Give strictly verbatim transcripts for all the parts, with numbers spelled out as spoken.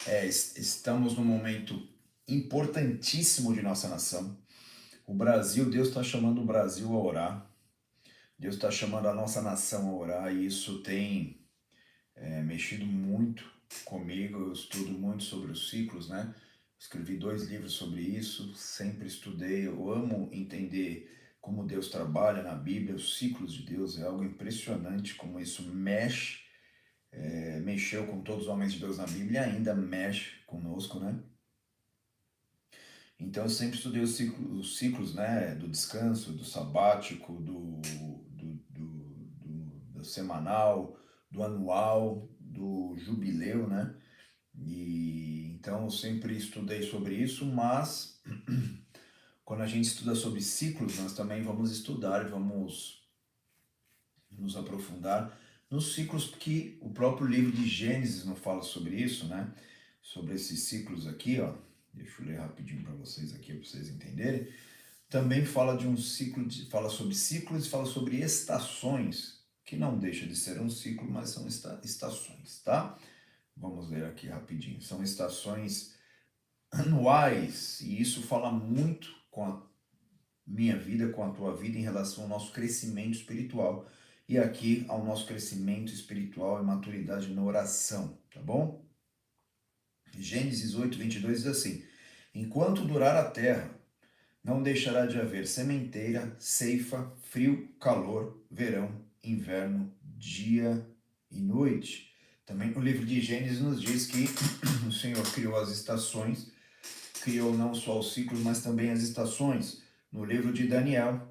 É, es- estamos num momento importantíssimo de nossa nação. O Brasil, Deus está chamando o Brasil a orar. Deus está chamando a nossa nação a orar e isso tem é, mexido muito comigo. Eu estudo muito sobre os ciclos, né? Escrevi dois livros sobre isso, sempre estudei. Eu amo entender como Deus trabalha na Bíblia, os ciclos de Deus. É algo impressionante como isso mexe, é, mexeu com todos os homens de Deus na Bíblia e ainda mexe conosco, né? Então eu sempre estudei os ciclos, os ciclos, né, do descanso, do sabático, do, do, do, do, do semanal, do anual, do jubileu, né? E então eu sempre estudei sobre isso, mas quando a gente estuda sobre ciclos, nós também vamos estudar, vamos nos aprofundar nos ciclos que o próprio livro de Gênesis não fala sobre isso, né? Sobre esses ciclos aqui, ó. Deixa eu ler rapidinho para vocês aqui, para vocês entenderem. Também fala de um ciclo, de, fala sobre ciclos, fala sobre estações, que não deixa de ser um ciclo, mas são esta, estações, tá? Vamos ler aqui rapidinho. São estações anuais, e isso fala muito com a minha vida, com a tua vida, em relação ao nosso crescimento espiritual. E aqui ao nosso crescimento espiritual e maturidade na oração, tá bom? Gênesis oito, vinte e dois diz assim: Enquanto durar a terra, não deixará de haver sementeira, ceifa, frio, calor, verão, inverno, dia e noite. Também no livro de Gênesis nos diz que o Senhor criou as estações, criou não só os ciclos, mas também as estações. No livro de Daniel,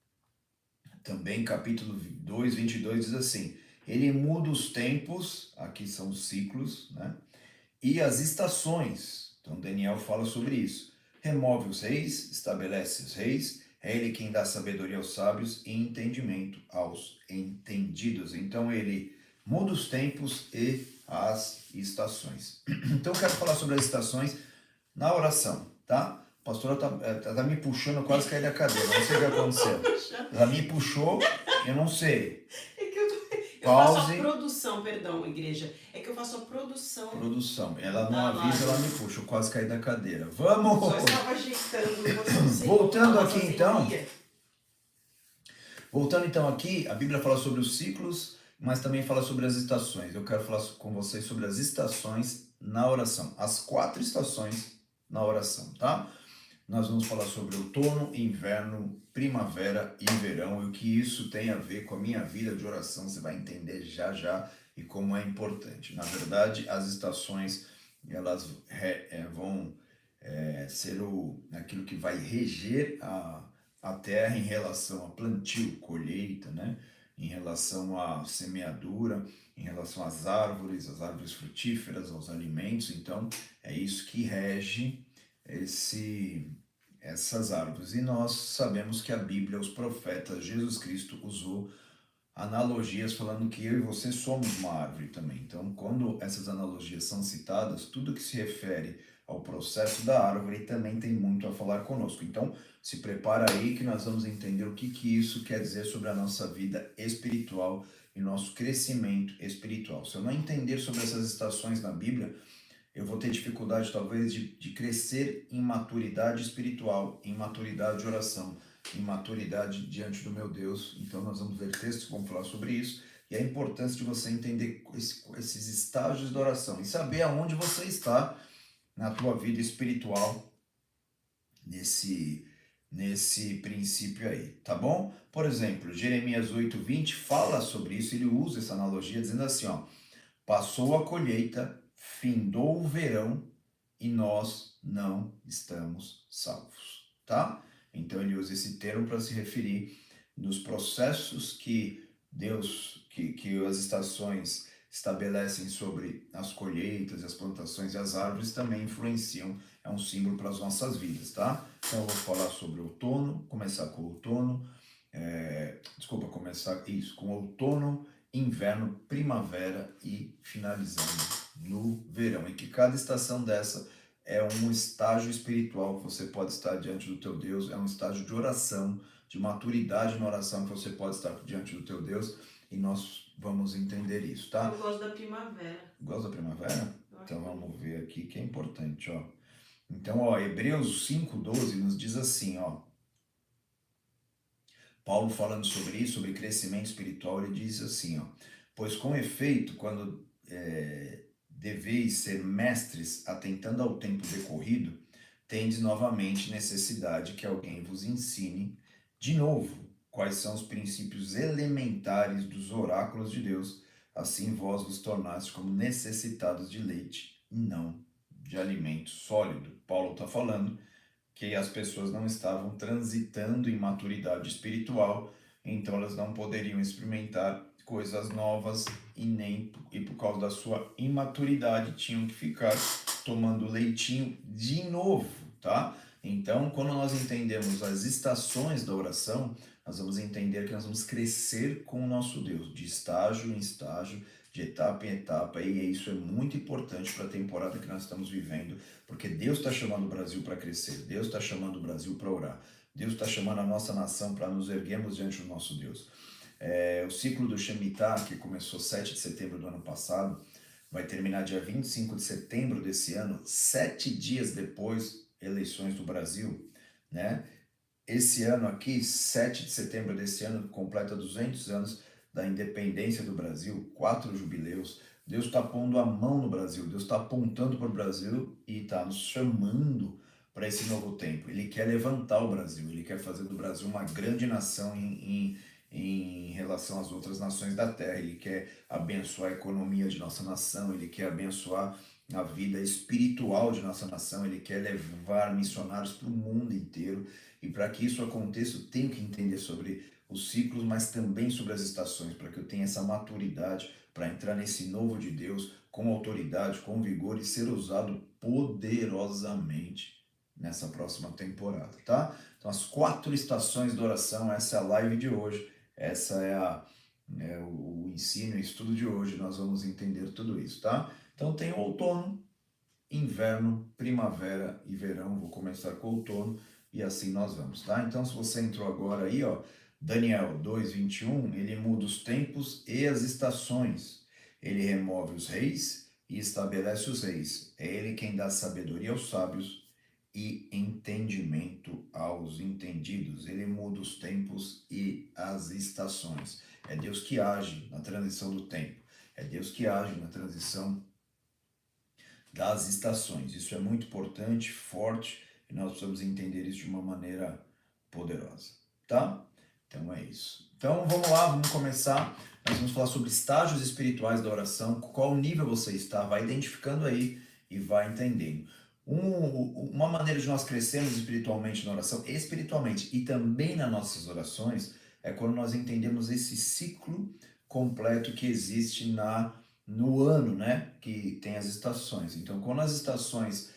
também capítulo dois, vinte e dois diz assim: Ele muda os tempos, aqui são os ciclos, né? E as estações. Então Daniel fala sobre isso. Remove os reis, estabelece os reis, é ele quem dá sabedoria aos sábios e entendimento aos entendidos. Então ele muda os tempos e as estações. Então eu quero falar sobre as estações na oração, tá? A pastora tá, tá me puxando, eu quase caí da cadeira, não sei o que aconteceu. Ela me puxou, eu não sei. É que eu, eu faço a Pause. produção, perdão, igreja. É que eu faço a produção Produção. Ela não da avisa, ela live. me puxa. Eu quase caí da cadeira. Vamos! Só estava ajeitando você não sei Voltando a aqui então. vasilha. Voltando então aqui, a Bíblia fala sobre os ciclos, mas também fala sobre as estações. Eu quero falar com vocês sobre as estações na oração. As quatro estações na oração, tá? Nós vamos falar sobre outono, inverno, primavera e verão e o que isso tem a ver com a minha vida de oração. Você vai entender já já e como é importante. Na verdade, as estações elas é, vão é, ser o, aquilo que vai reger a, a terra em relação a plantio, colheita, né? Em relação à semeadura, em relação às árvores, às árvores frutíferas, aos alimentos. Então, é isso que rege esse, essas árvores. E nós sabemos que a Bíblia, os profetas, Jesus Cristo usou analogias falando que eu e você somos uma árvore também. Então, quando essas analogias são citadas, tudo que se refere ao processo da árvore também tem muito a falar conosco. Então, se prepara aí que nós vamos entender o que, que isso quer dizer sobre a nossa vida espiritual e nosso crescimento espiritual. Se eu não entender sobre essas estações na Bíblia, eu vou ter dificuldade talvez de, de crescer em maturidade espiritual, em maturidade de oração, em maturidade diante do meu Deus. Então nós vamos ler textos que vão falar sobre isso e a importância de você entender esse, esses estágios da oração e saber aonde você está na tua vida espiritual nesse nesse princípio aí, tá bom? Por exemplo, Jeremias oito, vinte fala sobre isso, ele usa essa analogia dizendo assim, ó: Passou a colheita, findou o verão e nós não estamos salvos, tá? Então ele usa esse termo para se referir nos processos que Deus, que, que as estações estabelecem sobre as colheitas, as plantações e as árvores também influenciam, é um símbolo para as nossas vidas, tá? Então eu vou falar sobre outono, começar com outono, é, desculpa, começar isso, com outono, inverno, primavera e finalizando no verão. E que cada estação dessa é um estágio espiritual que você pode estar diante do teu Deus, é um estágio de oração, de maturidade na oração que você pode estar diante do teu Deus, e nós vamos entender isso, tá? Eu gosto da primavera. Gosta da primavera? Então vamos ver aqui que é importante, ó. Então, ó, Hebreus cinco, doze nos diz assim, ó. Paulo falando sobre isso, sobre crescimento espiritual, ele diz assim, ó. Pois com efeito, quando é, deveis ser mestres, atentando ao tempo decorrido, tendes novamente necessidade que alguém vos ensine de novo quais são os princípios elementares dos oráculos de Deus, assim vós vos tornaste como necessitados de leite e não de alimento sólido. Paulo está falando que as pessoas não estavam transitando em maturidade espiritual, então elas não poderiam experimentar coisas novas e nem e por causa da sua imaturidade tinham que ficar tomando leitinho de novo, tá? Então, quando nós entendemos as estações da oração, nós vamos entender que nós vamos crescer com o nosso Deus, de estágio em estágio, de etapa em etapa, e isso é muito importante para a temporada que nós estamos vivendo, porque Deus está chamando o Brasil para crescer, Deus está chamando o Brasil para orar, Deus está chamando a nossa nação para nos erguermos diante do nosso Deus. É, o ciclo do Shemitah, que começou sete de setembro do ano passado, vai terminar dia vinte e cinco de setembro desse ano, sete dias depois eleições do Brasil, né? Esse ano aqui, sete de setembro desse ano, completa duzentos anos da independência do Brasil, quatro jubileus. Deus está pondo a mão no Brasil, Deus está apontando para o Brasil e está nos chamando para esse novo tempo. Ele quer levantar o Brasil, ele quer fazer do Brasil uma grande nação em, em, em relação às outras nações da terra. Ele quer abençoar a economia de nossa nação, ele quer abençoar a vida espiritual de nossa nação, ele quer levar missionários para o mundo inteiro. E para que isso aconteça, eu tenho que entender sobre os ciclos, mas também sobre as estações, para que eu tenha essa maturidade para entrar nesse novo de Deus com autoridade, com vigor e ser usado poderosamente nessa próxima temporada, tá? Então, as quatro estações da oração, essa é a live de hoje, essa é, a, é o, o ensino e estudo de hoje, nós vamos entender tudo isso, tá? Então, tem o outono, inverno, primavera e verão. Vou começar com o outono e assim nós vamos, tá? Então, se você entrou agora aí, ó, Daniel dois, vinte e um, ele muda os tempos e as estações. Ele remove os reis e estabelece os reis. É ele quem dá sabedoria aos sábios e entendimento aos entendidos. Ele muda os tempos e as estações. É Deus que age na transição do tempo. É Deus que age na transição das estações. Isso é muito importante, forte, e nós precisamos entender isso de uma maneira poderosa, tá? Então é isso. Então vamos lá, vamos começar. Nós vamos falar sobre estágios espirituais da oração, qual nível você está, vai identificando aí e vai entendendo. Um, uma maneira de nós crescermos espiritualmente na oração, espiritualmente e também nas nossas orações, é quando nós entendemos esse ciclo completo que existe na no ano, né, que tem as estações. Então, quando as estações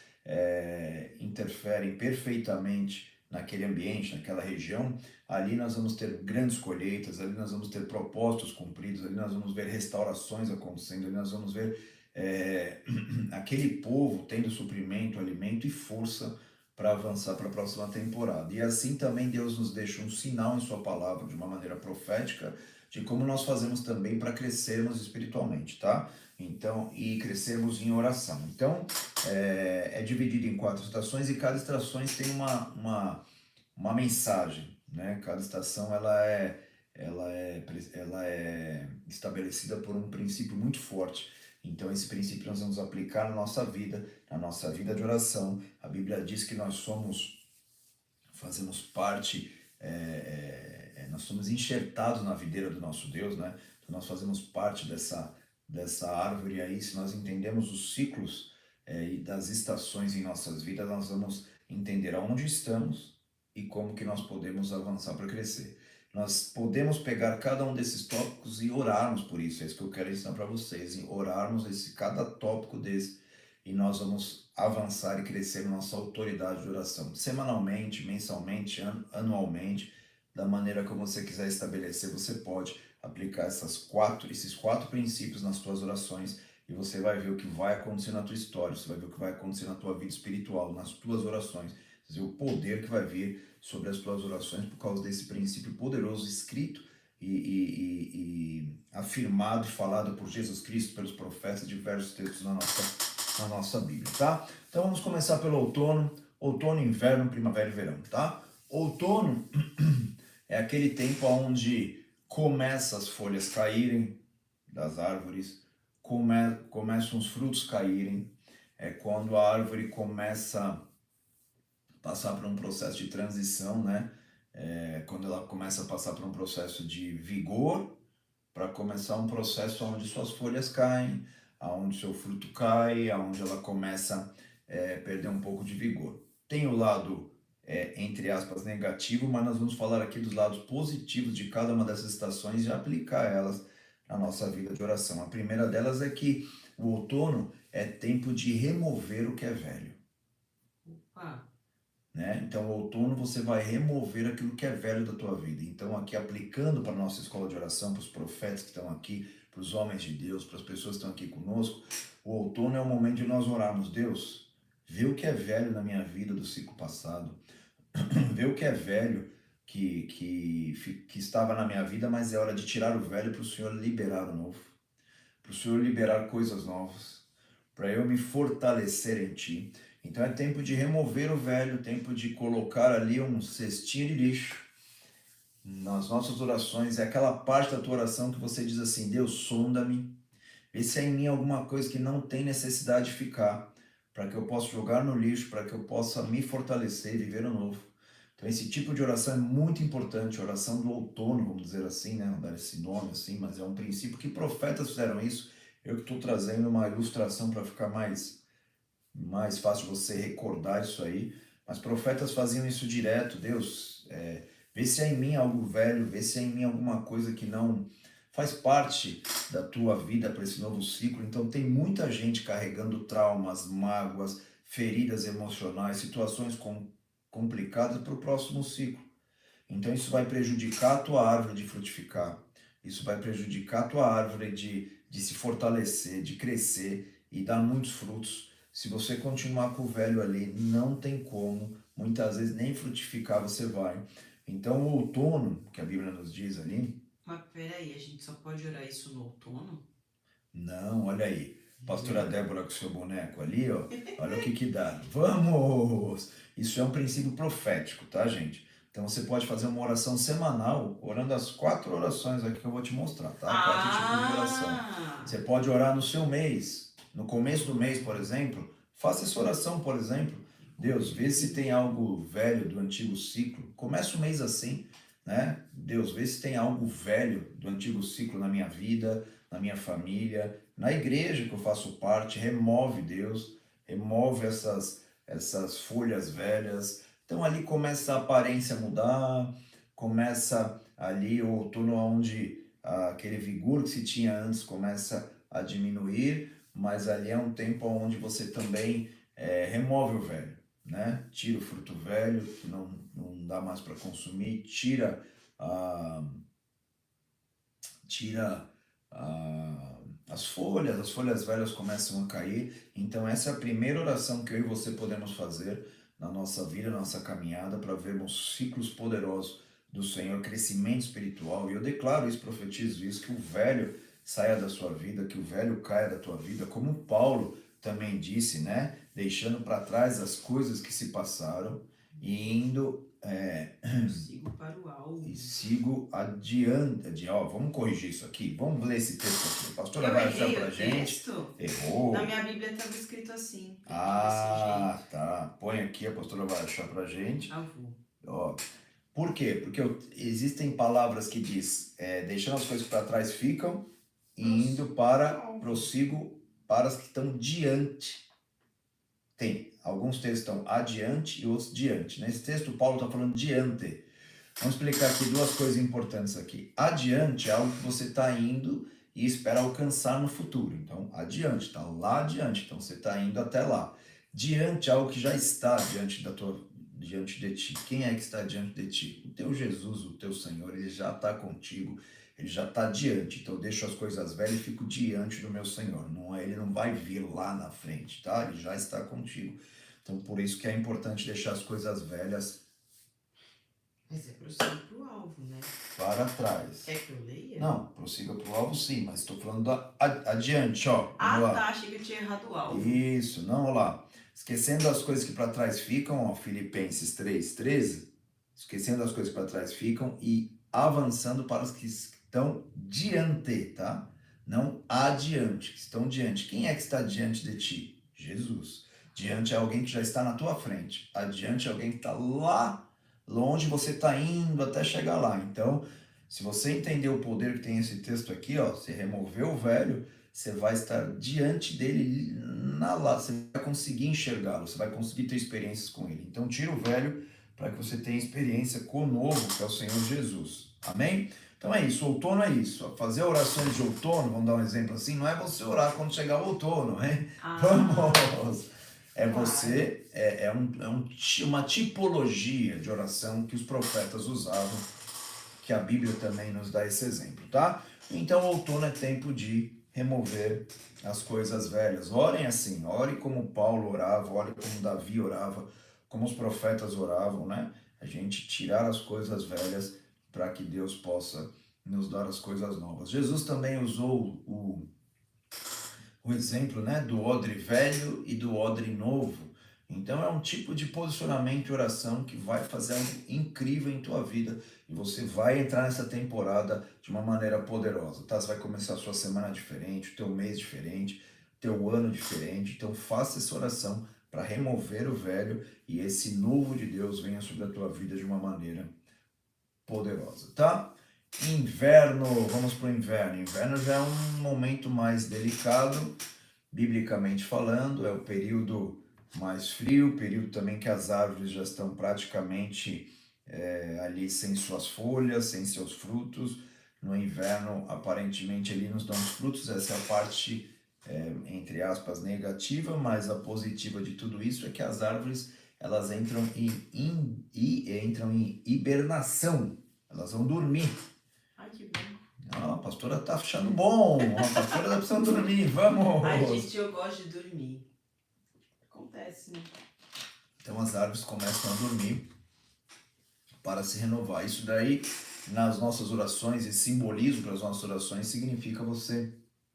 é, interferem perfeitamente naquele ambiente, naquela região, ali nós vamos ter grandes colheitas, ali nós vamos ter propósitos cumpridos, ali nós vamos ver restaurações acontecendo, ali nós vamos ver é, aquele povo tendo suprimento, alimento e força para avançar para a próxima temporada. E assim também Deus nos deixa um sinal em sua palavra, de uma maneira profética, de como nós fazemos também para crescermos espiritualmente, tá? Então, e crescermos em oração. Então, é, é dividido em quatro estações e cada estação tem uma, uma, uma mensagem, né? Cada estação, ela é, ela, é, ela é estabelecida por um princípio muito forte. Então, esse princípio nós vamos aplicar na nossa vida, na nossa vida de oração. A Bíblia diz que nós somos, fazemos parte... É, é, nós somos enxertados na videira do nosso Deus, né? Então nós fazemos parte dessa, dessa árvore aí. Se nós entendemos os ciclos é, e das estações em nossas vidas, nós vamos entender aonde estamos e como que nós podemos avançar para crescer. Nós podemos pegar cada um desses tópicos e orarmos por isso. É isso que eu quero ensinar para vocês, em orarmos esse, cada tópico desse, e nós vamos avançar e crescer na nossa autoridade de oração, semanalmente, mensalmente, anualmente, da maneira como você quiser estabelecer. Você pode aplicar essas quatro, esses quatro princípios nas suas orações e você vai ver o que vai acontecer na tua história, você vai ver o que vai acontecer na tua vida espiritual, nas tuas orações, você vai ver o poder que vai vir sobre as tuas orações por causa desse princípio poderoso escrito e, e, e, e afirmado e falado por Jesus Cristo, pelos profetas, diversos textos na nossa na nossa Bíblia, tá? Então vamos começar pelo outono, outono, inverno, primavera e verão, tá? Outono é aquele tempo onde começam as folhas caírem das árvores, come, começam os frutos caírem, é quando a árvore começa a passar por um processo de transição, né? É, quando ela começa a passar por um processo de vigor, para começar um processo onde suas folhas caem, aonde seu fruto cai, aonde ela começa a é, perder um pouco de vigor. Tem o lado, é, entre aspas, negativo, mas nós vamos falar aqui dos lados positivos de cada uma dessas estações e aplicar elas na nossa vida de oração. A primeira delas é que o outono é tempo de remover o que é velho. Opa. Né? Então, o outono você vai remover aquilo que é velho da tua vida. Então, aqui aplicando para a nossa escola de oração, para os profetas que estão aqui, para os homens de Deus, para as pessoas que estão aqui conosco, o outono é o momento de nós orarmos. Deus, vê o que é velho na minha vida do ciclo passado, vê o que é velho que, que, que estava na minha vida, mas é hora de tirar o velho para o Senhor liberar o novo, para o Senhor liberar coisas novas, para eu me fortalecer em Ti. Então é tempo de remover o velho, tempo de colocar ali um cestinho de lixo nas nossas orações. É aquela parte da tua oração que você diz assim: Deus, sonda-me, vê se há em mim alguma coisa que não tem necessidade de ficar, para que eu possa jogar no lixo, para que eu possa me fortalecer e viver o novo. Então esse tipo de oração é muito importante, a oração do outono, vamos dizer assim, né? Vamos dar esse nome assim, mas é um princípio que profetas fizeram isso. Eu que estou trazendo uma ilustração para ficar mais mais fácil você recordar isso aí, mas profetas faziam isso direto. Deus, é, vê se há em mim algo velho, vê se há em mim alguma coisa que não faz parte da tua vida para esse novo ciclo. Então tem muita gente carregando traumas, mágoas, feridas emocionais, situações com, complicadas para o próximo ciclo. Então isso vai prejudicar a tua árvore de frutificar, isso vai prejudicar a tua árvore de, de se fortalecer, de crescer e dar muitos frutos. Se você continuar com o velho ali, não tem como, muitas vezes nem frutificar você vai. Então o outono, que a Bíblia nos diz ali... Mas peraí, a gente só pode orar isso no outono? Não, olha aí, pastora Débora com seu boneco ali, ó, olha o que que dá. Vamos! Isso é um princípio profético, tá, gente? Então você pode fazer uma oração semanal, orando as quatro orações aqui que eu vou te mostrar, tá? Quatro ah! tipos de oração. Você pode orar no seu mês. No começo do mês, por exemplo, faça essa oração, por exemplo. Deus, vê se tem algo velho do antigo ciclo. Começa o mês assim, né? Deus, vê se tem algo velho do antigo ciclo na minha vida, na minha família, na igreja que eu faço parte. Remove, Deus, remove essas, essas folhas velhas. Então ali começa a aparência a mudar, começa ali o outono onde ah, aquele vigor que se tinha antes começa a diminuir, mas ali é um tempo onde você também é, remove o velho, né? Tira o fruto velho, que não, não dá mais para consumir, tira, ah, tira ah, as folhas, as folhas velhas começam a cair. Então essa é a primeira oração que eu e você podemos fazer na nossa vida, na nossa caminhada, para vermos ciclos poderosos do Senhor, crescimento espiritual. E eu declaro isso, profetizo isso, que o velho saia da sua vida, que o velho caia da tua vida, como Paulo também disse, né? Deixando para trás as coisas que se passaram e indo... É, sigo para o alvo. E sigo adiante. Adi, ó, vamos corrigir isso aqui. Vamos ler esse texto aqui. A pastora eu vai achar pra o gente. Texto? Errou. Na minha Bíblia estava escrito assim. Ah, tá. Põe aqui, a pastora vai achar pra gente. Avô. Ó, por quê? Porque eu, existem palavras que diz é, deixando as coisas para trás ficam e indo para, prossigo para as que estão diante. Tem, alguns textos estão adiante e outros diante. Nesse texto, Paulo está falando diante. Vamos explicar aqui duas coisas importantes aqui. Adiante é algo que você está indo e espera alcançar no futuro. Então, adiante, está lá adiante. Então, você está indo até lá. Diante é algo que já está diante da tua, diante de ti. Quem é que está diante de ti? O teu Jesus, o teu Senhor, ele já está contigo. Ele já está diante, então eu deixo as coisas velhas e fico diante do meu Senhor. Não, ele não vai vir lá na frente, tá? Ele já está contigo. Então por isso que é importante deixar as coisas velhas Mas é prosseguir pro alvo, né? Para trás. É que eu leia? Não, prossiga para o alvo sim, mas estou falando da, a- adiante, ó. Vamos Ah, lá. tá. Achei que eu tinha errado o alvo. Isso, não, olha lá. Esquecendo as coisas que para trás ficam, ó, Filipenses três, treze. Esquecendo as coisas que para trás ficam e avançando para os que estão diante, tá? Não adiante, que estão diante. Quem é que está diante de ti? Jesus. Diante é alguém que já está na tua frente. Adiante é alguém que está lá longe, você está indo até chegar lá. Então, se você entender o poder que tem esse texto aqui, ó, você removeu o velho, você vai estar diante dele na lá, você vai conseguir enxergá-lo, você vai conseguir ter experiências com ele. Então, tira o velho para que você tenha experiência com o novo, que é o Senhor Jesus. Amém? Então é isso, outono é isso. Fazer orações de outono, vamos dar um exemplo assim, não é você orar quando chegar o outono, hein? Ah, Vamos! É claro. você, é, é, um, é um, uma tipologia de oração que os profetas usavam, que a Bíblia também nos dá esse exemplo, tá? Então, outono é tempo de remover as coisas velhas. Orem assim, ore como Paulo orava, ore como Davi orava, como os profetas oravam, né? A gente tirar as coisas velhas para que Deus possa nos dar as coisas novas. Jesus também usou o, o exemplo, né, do odre velho e do odre novo. Então é um tipo de posicionamento e oração que vai fazer algo incrível em tua vida e você vai entrar nessa temporada de uma maneira poderosa, tá? Você vai começar a sua semana diferente, o teu mês diferente, teu ano diferente. Então faça essa oração para remover o velho e esse novo de Deus venha sobre a tua vida de uma maneira poderosa, tá? Inverno, vamos para o inverno. Inverno já é um momento mais delicado, biblicamente falando, é o período mais frio, período também que as árvores já estão praticamente é, ali sem suas folhas, sem seus frutos. No inverno, aparentemente, ali nos dão os frutos. Essa é a parte, é, entre aspas, negativa, mas a positiva de tudo isso é que as árvores elas entram em, em, em, entram em hibernação, elas vão dormir. Ai, que bom. Ah, a pastora tá achando bom, a pastora tá precisando dormir, vamos! Ai, gente, eu gosto de dormir. Acontece, né? Então as árvores começam a dormir para se renovar. Isso daí, nas nossas orações, esse simbolismo para as nossas orações significa você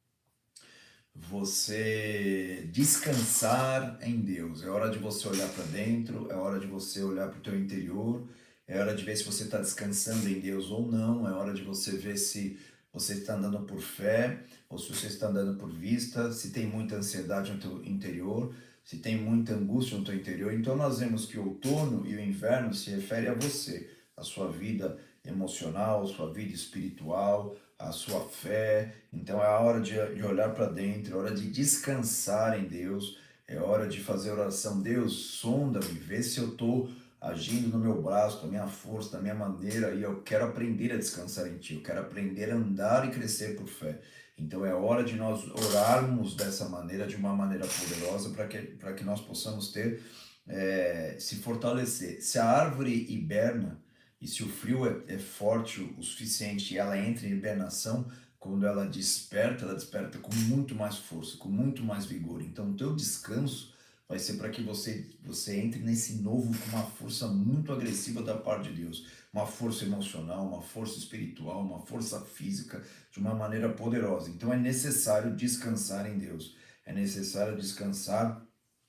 você descansar em Deus. É hora de você olhar para dentro, é hora de você olhar para o teu interior, é hora de ver se você está descansando em Deus ou não, é hora de você ver se você está andando por fé ou se você está andando por vista, se tem muita ansiedade no teu interior, se tem muita angústia no teu interior. Então nós vemos que o outono e o inverno se refere a você, a sua vida emocional, a sua vida espiritual, a sua fé. Então é a hora de, de olhar para dentro, é hora de descansar em Deus, é hora de fazer oração. Deus, sonda-me, vê se eu estou agindo no meu braço, da minha força, da minha maneira, e eu quero aprender a descansar em Ti, eu quero aprender a andar e crescer por fé. Então é hora de nós orarmos dessa maneira, de uma maneira poderosa, para que, para que nós possamos ter, é, se fortalecer. Se a árvore hiberna, e se o frio é, é forte o suficiente e ela entra em hibernação, quando ela desperta, ela desperta com muito mais força, com muito mais vigor. Então, o teu descanso vai ser para que você, você entre nesse novo com uma força muito agressiva da parte de Deus. Uma força emocional, uma força espiritual, uma força física, de uma maneira poderosa. Então, é necessário descansar em Deus. É necessário descansar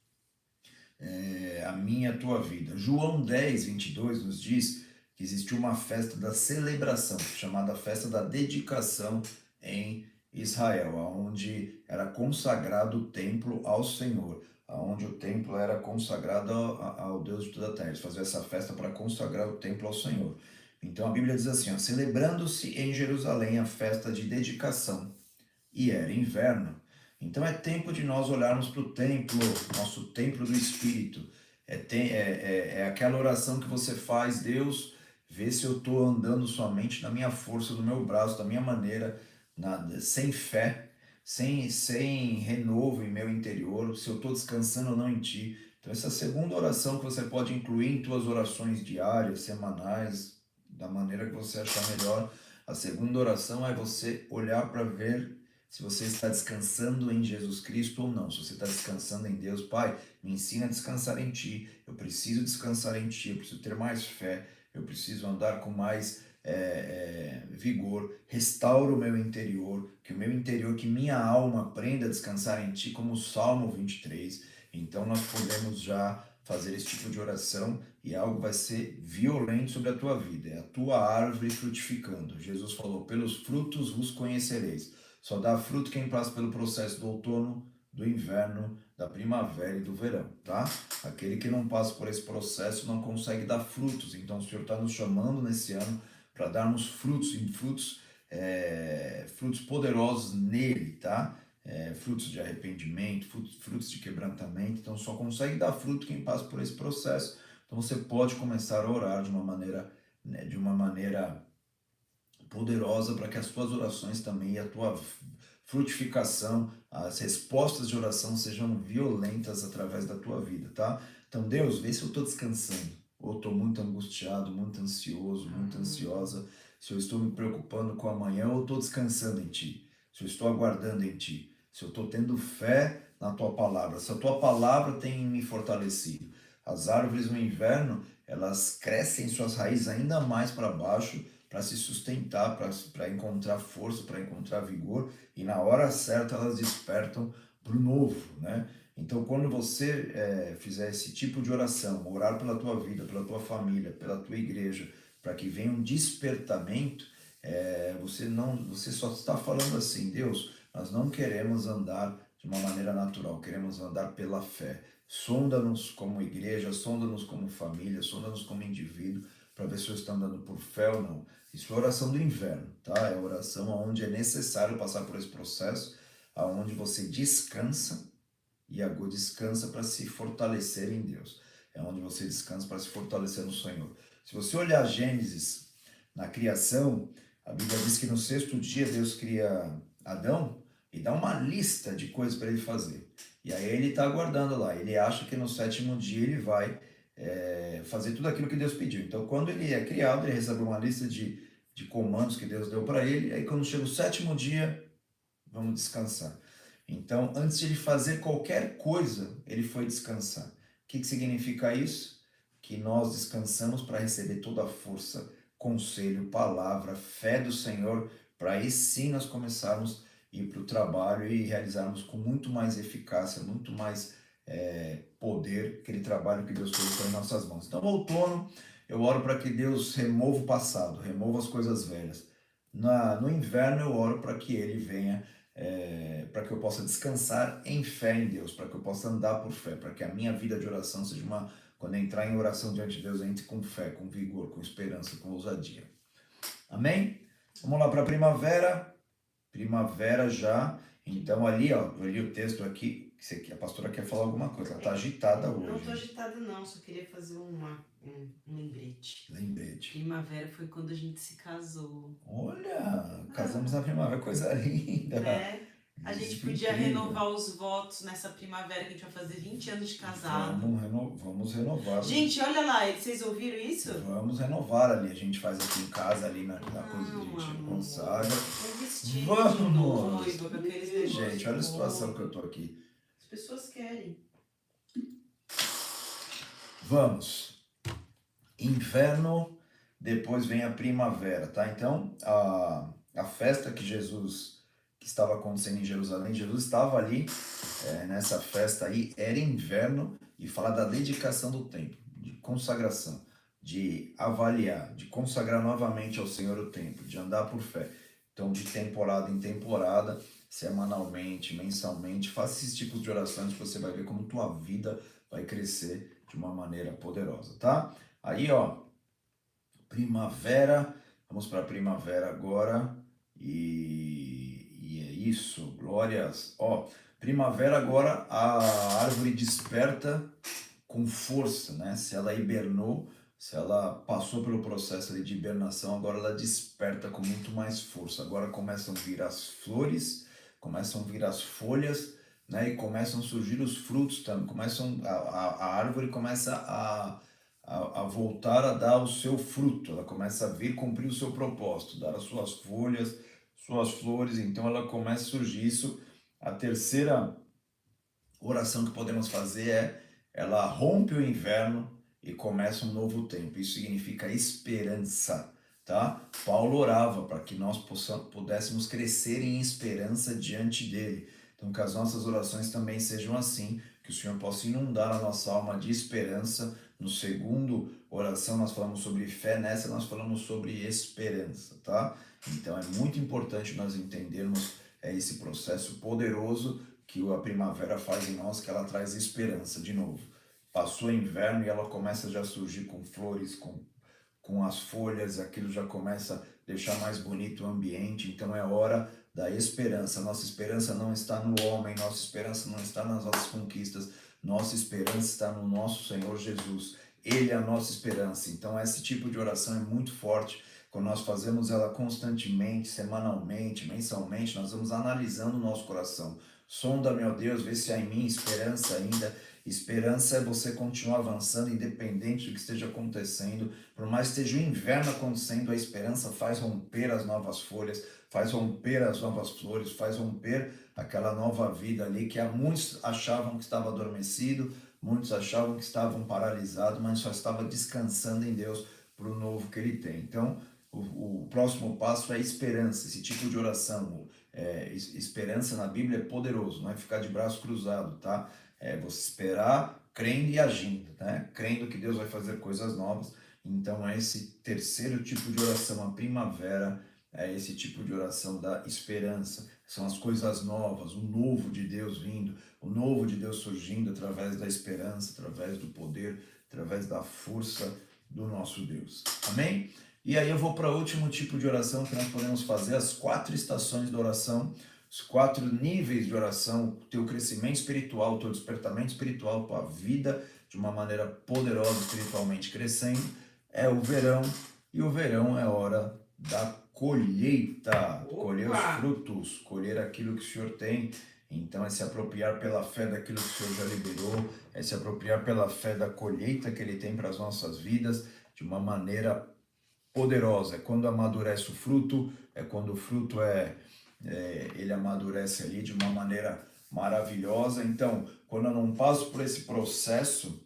é, a minha e a tua vida. João dez, vinte e dois nos diz que existiu uma festa da celebração, chamada Festa da Dedicação em Israel, onde era consagrado o templo ao Senhor, onde o templo era consagrado ao Deus de toda a terra. Eles faziam essa festa para consagrar o templo ao Senhor. Então a Bíblia diz assim, celebrando-se em Jerusalém a festa de dedicação, e era inverno. Então é tempo de nós olharmos para o templo, nosso templo do Espírito. É, tem, é, é, é aquela oração que você faz, Deus, vê se eu estou andando somente na minha força, no meu braço, da minha maneira, na, sem fé, sem, sem renovo em meu interior, se eu estou descansando ou não em Ti. Então essa segunda oração que você pode incluir em tuas orações diárias, semanais, da maneira que você achar melhor. A segunda oração é você olhar para ver se você está descansando em Jesus Cristo ou não. Se você está descansando em Deus, Pai, me ensina a descansar em Ti. Eu preciso descansar em Ti, eu preciso ter mais fé, eu preciso andar com mais é, é, vigor, restaura o meu interior, que o meu interior, que minha alma aprenda a descansar em Ti, como o Salmo vinte e três. Então nós podemos já fazer esse tipo de oração e algo vai ser violento sobre a tua vida, é a tua árvore frutificando. Jesus falou, pelos frutos vos conhecereis. Só dá fruto quem passa pelo processo do outono, do inverno, da primavera e do verão, tá? Aquele que não passa por esse processo não consegue dar frutos. Então o Senhor está nos chamando nesse ano para darmos frutos, e frutos, é, frutos poderosos nele, tá? É, frutos de arrependimento, frutos, frutos de quebrantamento. Então só consegue dar fruto quem passa por esse processo. Então você pode começar a orar de uma maneira, né, de uma maneira poderosa para que as tuas orações também e a tua frutificação, as respostas de oração sejam violentas através da tua vida, tá? Então, Deus, vê se eu estou descansando, ou estou muito angustiado, muito ansioso, muito ansiosa, se eu estou me preocupando com amanhã, ou estou descansando em Ti, se eu estou aguardando em Ti, se eu estou tendo fé na Tua Palavra, se a Tua Palavra tem me fortalecido. As árvores no inverno, elas crescem suas raízes ainda mais para baixo, para se sustentar, para encontrar força, para encontrar vigor, e na hora certa elas despertam para o novo, né? Então, quando você é, fizer esse tipo de oração, orar pela tua vida, pela tua família, pela tua igreja, para que venha um despertamento, é, você, não, você só está falando assim, Deus, nós não queremos andar de uma maneira natural, queremos andar pela fé. Sonda-nos como igreja, sonda-nos como família, sonda-nos como indivíduo, para ver se eu estou andando por fé ou não. Isso é oração do inverno, tá? É a oração onde é necessário passar por esse processo, aonde você descansa, e agora descansa para se fortalecer em Deus. É onde você descansa para se fortalecer no Senhor. Se você olhar Gênesis, na criação, a Bíblia diz que no sexto dia Deus cria Adão e dá uma lista de coisas para ele fazer. E aí ele está aguardando lá. Ele acha que no sétimo dia ele vai é, fazer tudo aquilo que Deus pediu. Então, quando ele é criado, ele recebe uma lista de, de comandos que Deus deu para ele. E aí, quando chega o sétimo dia, vamos descansar. Então, antes de ele fazer qualquer coisa, ele foi descansar. O que, que significa isso? Que nós descansamos para receber toda a força, conselho, palavra, fé do Senhor, para aí sim nós começarmos a ir para o trabalho e realizarmos com muito mais eficácia, muito mais é, poder aquele trabalho que Deus colocou em nossas mãos. Então, no outono, eu oro para que Deus remova o passado, remova as coisas velhas. Na, no inverno, eu oro para que Ele venha É, para que eu possa descansar em fé em Deus, para que eu possa andar por fé, para que a minha vida de oração seja uma, quando eu entrar em oração diante de Deus, eu entre com fé, com vigor, com esperança, com ousadia. Amém? Vamos lá para a primavera, primavera já, então ali, ó, eu li o texto aqui, que a pastora quer falar alguma coisa, ela está agitada hoje. Não estou agitada não, só queria fazer uma, um, um lembrete. Lembrete. Primavera foi quando a gente se casou. Olha, casamos ah. na primavera, coisa linda. É, a gente Isso podia incrível. renovar os votos nessa primavera que a gente vai fazer vinte anos de casado. Vamos, reno, vamos renovar. Gente, olha lá, vocês ouviram isso? Vamos renovar ali, a gente faz aqui em casa, ali na, na coisa que a gente consagra. Vamos! Noiva, com aqueles gente, olha a situação que eu tô aqui. As pessoas querem. Vamos. Inverno, depois vem a primavera, tá? Então, a, a festa que Jesus, que estava acontecendo em Jerusalém, Jesus estava ali, é, nessa festa aí, era inverno, e fala da dedicação do templo, de consagração, de avaliar, de consagrar novamente ao Senhor o templo, de andar por fé. Então, de temporada em temporada, semanalmente, mensalmente, faça esses tipos de orações que você vai ver como tua vida vai crescer de uma maneira poderosa, tá? Aí, ó, primavera, vamos para a primavera agora, e, e é isso, glórias. Ó, primavera agora, a árvore desperta com força, né? Se ela hibernou, se ela passou pelo processo ali de hibernação, agora ela desperta com muito mais força. Agora começam a vir as flores, começam a vir as folhas, né? E começam a surgir os frutos também. Começam, a, a, a árvore começa a, a, a voltar a dar o seu fruto. Ela começa a vir cumprir o seu propósito, dar as suas folhas, suas flores. Então ela começa a surgir isso. A terceira oração que podemos fazer é: ela rompe o inverno e começa um novo tempo. Isso significa esperança, tá? Paulo orava para que nós possamos, pudéssemos crescer em esperança diante dele. Então, que as nossas orações também sejam assim, que o Senhor possa inundar a nossa alma de esperança. No segundo oração nós falamos sobre fé, nessa nós falamos sobre esperança, tá? Então é muito importante nós entendermos é, esse processo poderoso que a primavera faz em nós, que ela traz esperança de novo. Passou o inverno e ela começa já a surgir com flores, com, com as folhas, aquilo já começa a deixar mais bonito o ambiente, então é hora da esperança. Nossa esperança não está no homem, nossa esperança não está nas nossas conquistas, nossa esperança está no nosso Senhor Jesus. Ele é a nossa esperança. Então esse tipo de oração é muito forte. Quando nós fazemos ela constantemente, semanalmente, mensalmente, nós vamos analisando o nosso coração. Sonda, meu Deus, vê se há em mim esperança ainda. Esperança é você continuar avançando, independente do que esteja acontecendo. Por mais que esteja o inverno acontecendo, a esperança faz romper as novas folhas, faz romper as novas flores, faz romper aquela nova vida ali que há muitos achavam que estava adormecido, muitos achavam que estavam paralisados, mas só estava descansando em Deus para o novo que Ele tem. Então, o, o próximo passo é esperança, esse tipo de oração. É, esperança na Bíblia é poderoso, não é ficar de braço cruzado, tá? É você esperar, crendo e agindo, né? Crendo que Deus vai fazer coisas novas. Então, é esse terceiro tipo de oração, a primavera, é esse tipo de oração da esperança. São as coisas novas, o novo de Deus vindo, o novo de Deus surgindo através da esperança, através do poder, através da força do nosso Deus. Amém? E aí eu vou para o último tipo de oração que nós podemos fazer, as quatro estações da oração, os quatro níveis de oração, o teu crescimento espiritual, o teu despertamento espiritual, tua vida de uma maneira poderosa, espiritualmente crescendo, é o verão, e o verão é hora da colheita, Opa! Colher os frutos, colher aquilo que o Senhor tem. Então é se apropriar pela fé daquilo que o Senhor já liberou, é se apropriar pela fé da colheita que Ele tem para as nossas vidas de uma maneira poderosa. É quando amadurece o fruto, é quando o fruto é, é ele amadurece ali de uma maneira maravilhosa. Então, quando eu não passo por esse processo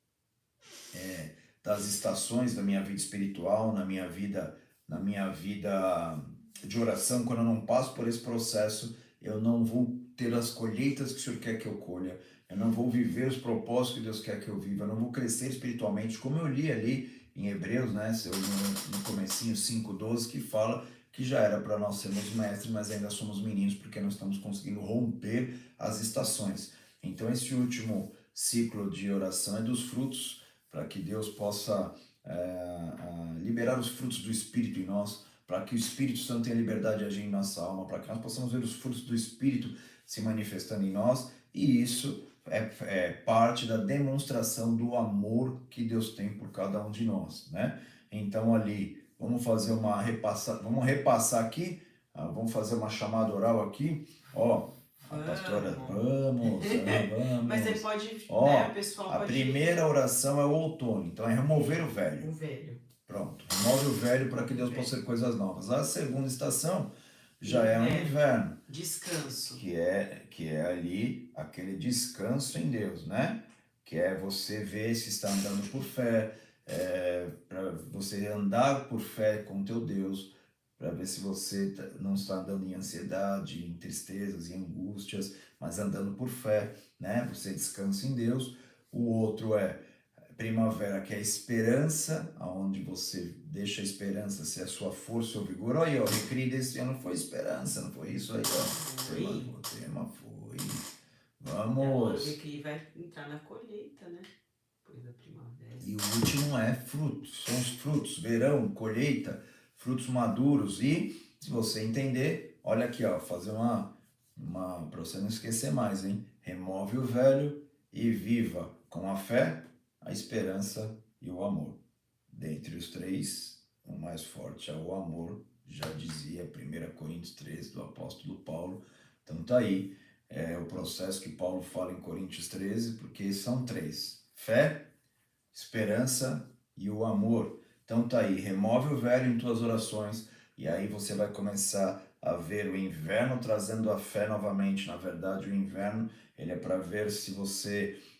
é, das estações da minha vida espiritual, na minha vida, na minha vida de oração, quando eu não passo por esse processo, eu não vou ter as colheitas que o Senhor quer que eu colha, eu não vou viver os propósitos que Deus quer que eu viva, eu não vou crescer espiritualmente, como eu li ali em Hebreus, né, no, no comecinho cinco, doze, que fala que já era para nós sermos mestres, mas ainda somos meninos, porque não estamos conseguindo romper as estações. Então esse último ciclo de oração é dos frutos, para que Deus possa é, liberar os frutos do Espírito em nós, para que o Espírito Santo tenha liberdade de agir em nossa alma, para que nós possamos ver os frutos do Espírito se manifestando em nós, e isso é, é parte da demonstração do amor que Deus tem por cada um de nós, né? Então ali, vamos fazer uma repassar, vamos repassar aqui, vamos fazer uma chamada oral aqui, ó, a pastora, vamos, vamos. Mas você pode, ó, né, o pessoal a pode... primeira oração é o outono, então é remover o velho. O velho. Pronto, remove o velho para que Deus possa ser coisas novas. A segunda estação já é o inverno. Descanso. Que é, que é ali aquele descanso em Deus, né? Que é você ver se está andando por fé, é, para você andar por fé com teu Deus, para ver se você não está andando em ansiedade, em tristezas, em angústias, mas andando por fé, né? Você descansa em Deus. O outro é primavera, que é a esperança, aonde você deixa a esperança ser a sua força ou vigor. Olha aí, ó, o recri desse ano foi esperança, não foi isso aí, ó. O tema foi. Vamos. O recri vai entrar na colheita, né? Depois da primavera. E o último é frutos, são os frutos, verão, colheita, frutos maduros. E, se você entender, olha aqui, ó, fazer uma, uma para você não esquecer mais, hein? Remove o velho e viva com a fé, a esperança e o amor. Dentre os três, o mais forte é o amor, já dizia primeira Coríntios treze, do apóstolo Paulo. Então tá aí é, o processo que Paulo fala em Coríntios treze, porque são três: fé, esperança e o amor. Então tá aí, remove o velho em tuas orações, e aí você vai começar a ver o inverno trazendo a fé novamente. Na verdade, o inverno ele é para ver se você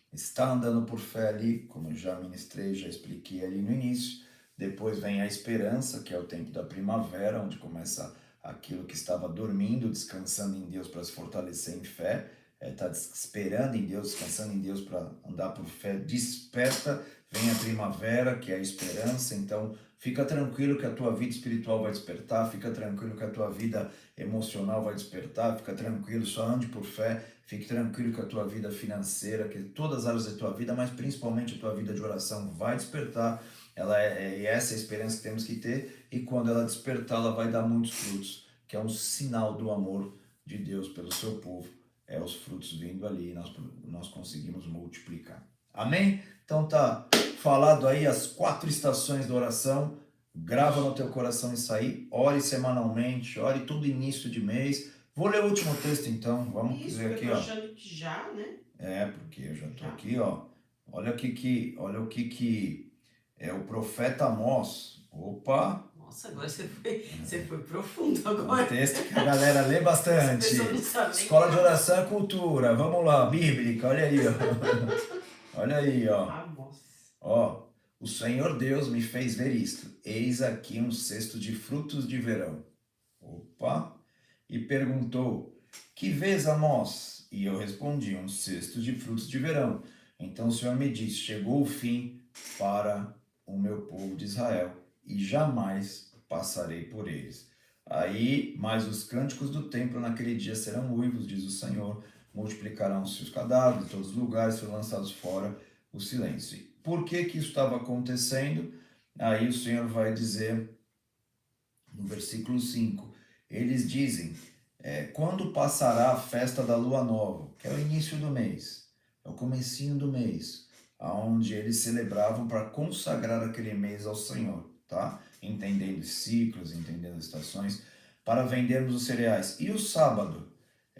está andando por fé ali, como eu já ministrei, já expliquei ali no início. Depois vem a esperança, que é o tempo da primavera, onde começa aquilo que estava dormindo, descansando em Deus para se fortalecer em fé, está é, esperando em Deus, descansando em Deus para andar por fé, desperta, vem a primavera, que é a esperança. Então fica tranquilo que a tua vida espiritual vai despertar, fica tranquilo que a tua vida emocional vai despertar, fica tranquilo, só ande por fé, fique tranquilo que a tua vida financeira, que todas as áreas da tua vida, mas principalmente a tua vida de oração vai despertar. Ela é, é essa a esperança que temos que ter, e quando ela despertar, ela vai dar muitos frutos, que é um sinal do amor de Deus pelo seu povo. É os frutos vindo ali, nós, nós conseguimos multiplicar. Amém? Então tá falado aí as quatro estações da oração. Grava no teu coração isso aí. Ore semanalmente, ore todo início de mês. Vou ler o último texto então. Vamos isso, ver aqui, eu tô ó. achando que já, né? É, porque eu já tô já. aqui, ó. Olha o que que, olha o que que é o profeta Amós. Opa! Nossa, agora você foi, você foi profundo agora. Um texto que a galera lê bastante. Escola de oração e cultura. Vamos lá, bíblica. Olha aí, ó. Olha aí, ó. Amós. Ó, o Senhor Deus me fez ver isto. Eis aqui um cesto de frutos de verão. Opa! E perguntou: que vês, Amós? E eu respondi: um cesto de frutos de verão. Então o Senhor me disse: chegou o fim para o meu povo de Israel, e jamais passarei por eles. Aí, mas os cânticos do templo naquele dia serão uivos, diz o Senhor, multiplicarão-se os cadáveres de todos os lugares, serão lançados fora o silêncio. Por que que isso estava acontecendo? Aí o Senhor vai dizer no versículo cinco, eles dizem, é, quando passará a festa da lua nova, que é o início do mês, é o comecinho do mês, onde eles celebravam para consagrar aquele mês ao Senhor, tá? Entendendo os ciclos, entendendo as estações, para vendermos os cereais. E o sábado,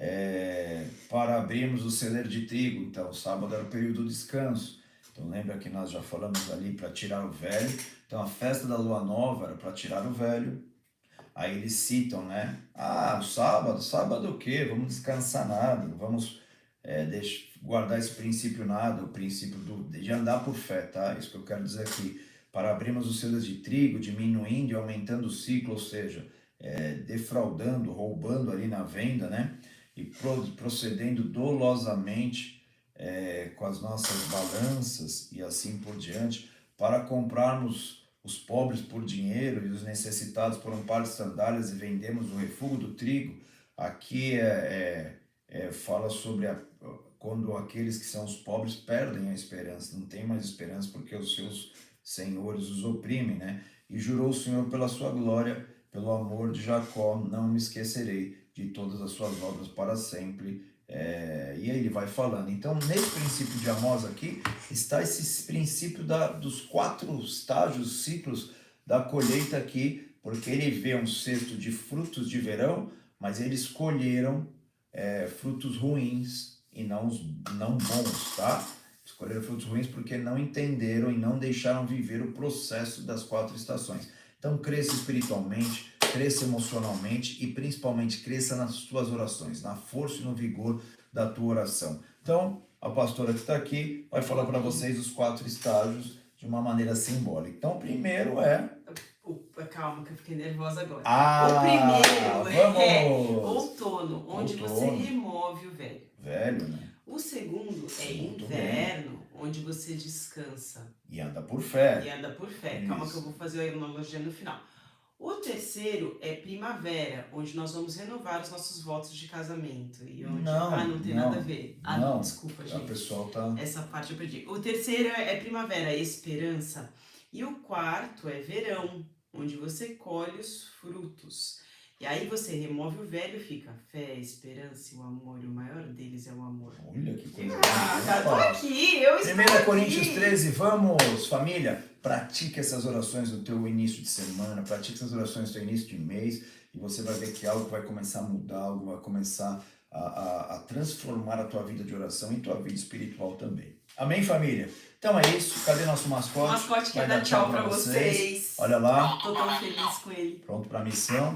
é, para abrirmos o celeiro de trigo. Então, o sábado era o período do descanso. Então, lembra que nós já falamos ali para tirar o velho. Então, a festa da lua nova era para tirar o velho. Aí eles citam, né? Ah, o sábado, sábado o quê? Vamos descansar nada, vamos é, deixar, guardar esse princípio nada, o princípio do, de andar por fé, tá? Isso que eu quero dizer aqui. Para abrirmos os celeiros de trigo, diminuindo e aumentando o ciclo, ou seja, é, defraudando, roubando ali na venda, né? E pro, procedendo dolosamente é, com as nossas balanças e assim por diante, para comprarmos os pobres por dinheiro e os necessitados por um par de sandálias e vendemos o refúgio do trigo. Aqui é, é, é, fala sobre a, quando aqueles que são os pobres perdem a esperança, não tem mais esperança porque os seus senhores os oprimem, né? E jurou o Senhor pela sua glória, pelo amor de Jacó, não me esquecerei de todas as suas obras para sempre. É, e aí ele vai falando. Então, nesse princípio de Amós aqui, está esse princípio da, dos quatro estágios, ciclos da colheita aqui, porque ele vê um cesto de frutos de verão, mas eles colheram é, frutos ruins e não, não bons, tá? Escolheram frutos ruins porque não entenderam e não deixaram viver o processo das quatro estações. Então, cresça espiritualmente, cresça emocionalmente e principalmente cresça nas tuas orações, na força e no vigor da tua oração. Então, a pastora que está aqui vai falar para vocês os quatro estágios de uma maneira simbólica. Então, o primeiro é... Opa, calma, que eu fiquei nervosa agora. Ah, o primeiro vamos. é outono, onde outono. você remove o velho. Velho, né? O segundo é Muito inverno, bem. Onde você descansa. E anda por fé. E anda por fé. Isso. Calma que eu vou fazer a analogia no final. O terceiro é primavera, onde nós vamos renovar os nossos votos de casamento. E onde... Não, ah, não tem não, nada a ver. Ah, não, não, desculpa, gente. O pessoal tá... Essa parte eu perdi. O terceiro é primavera, esperança. E o quarto é verão, onde você colhe os frutos. E aí você remove o velho, fica fé, esperança e o amor. E o maior deles é o amor. Olha que coisa. Ah, tá, tô aqui, eu estou primeira Coríntios treze, vamos, família, pratique essas orações no teu início de semana, pratique essas orações no teu início de mês, e você vai ver que algo vai começar a mudar, algo vai começar a, a, a transformar a tua vida de oração e tua vida espiritual também. Amém, família? Então é isso, cadê nosso mascote? O mascote quer dar tchau pra vocês. vocês. Olha lá. Tô tão feliz com ele. Pronto pra missão.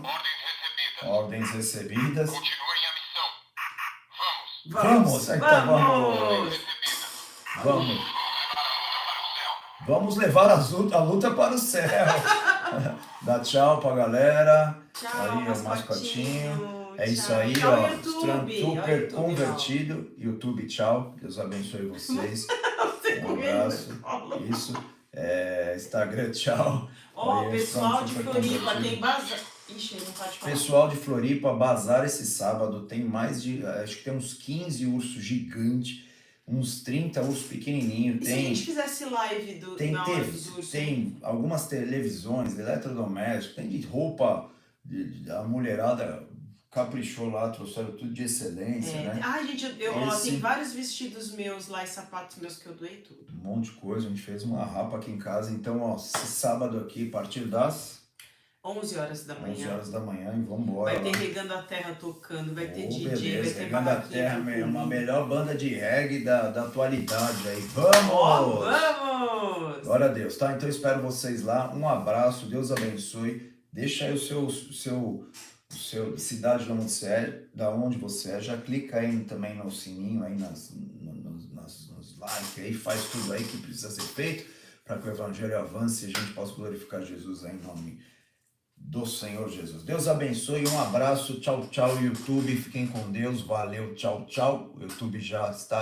Ordens recebidas. Continuem a missão. Vamos! Vamos! Vamos! Então, vamos. Vamos. Vamos levar a luta, a luta para o céu. Dá tchau pra galera. Tchau, Aí, o mascotinho. É isso tchau. aí, Tchau, ó. YouTube. Super Olha o YouTube, convertido. YouTube, tchau. Deus abençoe vocês. Você Um comendo abraço. Isso. É, Instagram, tchau. Ó, Aí, pessoal de super Floripa, convertido. tem bazar. Ixi, não pode falar. Pessoal de Floripa, bazar esse sábado. Tem mais de, acho que tem uns quinze ursos gigantes, uns trinta ursos pequenininhos. E se a Tem, gente fizesse live do, tem, na hora T V, dos ursos? tem algumas televisões, eletrodomésticos, tem de roupa, de, de- a mulherada caprichou lá, trouxeram tudo de excelência, É, né? ah, gente, eu, eu- ó, Esse- tem vários vestidos meus lá e sapatos meus que eu doei tudo. Um monte de coisa, a gente fez uma rapa aqui em casa. Então, ó, esse sábado aqui, a partir das onze horas da manhã. onze horas da manhã, e vambora Vai ter lá. Regando a Terra tocando, vai ter Oh, D J, vai beleza, ter Regando a barraquinha Terra, com meu, uma comida. melhor banda de reggae da, da atualidade aí. Ó, Vamos! vamos! Glória a Deus, tá? Então eu espero vocês lá. Um abraço, Deus abençoe. Deixa aí o seu, o seu, o seu cidade de onde você é, da onde você é. Já clica aí também no sininho, aí nas, no- nos, nas, nos likes aí, faz tudo aí que precisa ser feito para que o evangelho avance e a gente possa glorificar Jesus aí em nome do Senhor Jesus. Deus abençoe, um abraço, tchau, tchau, YouTube. Fiquem com Deus, valeu, tchau, tchau. O YouTube já está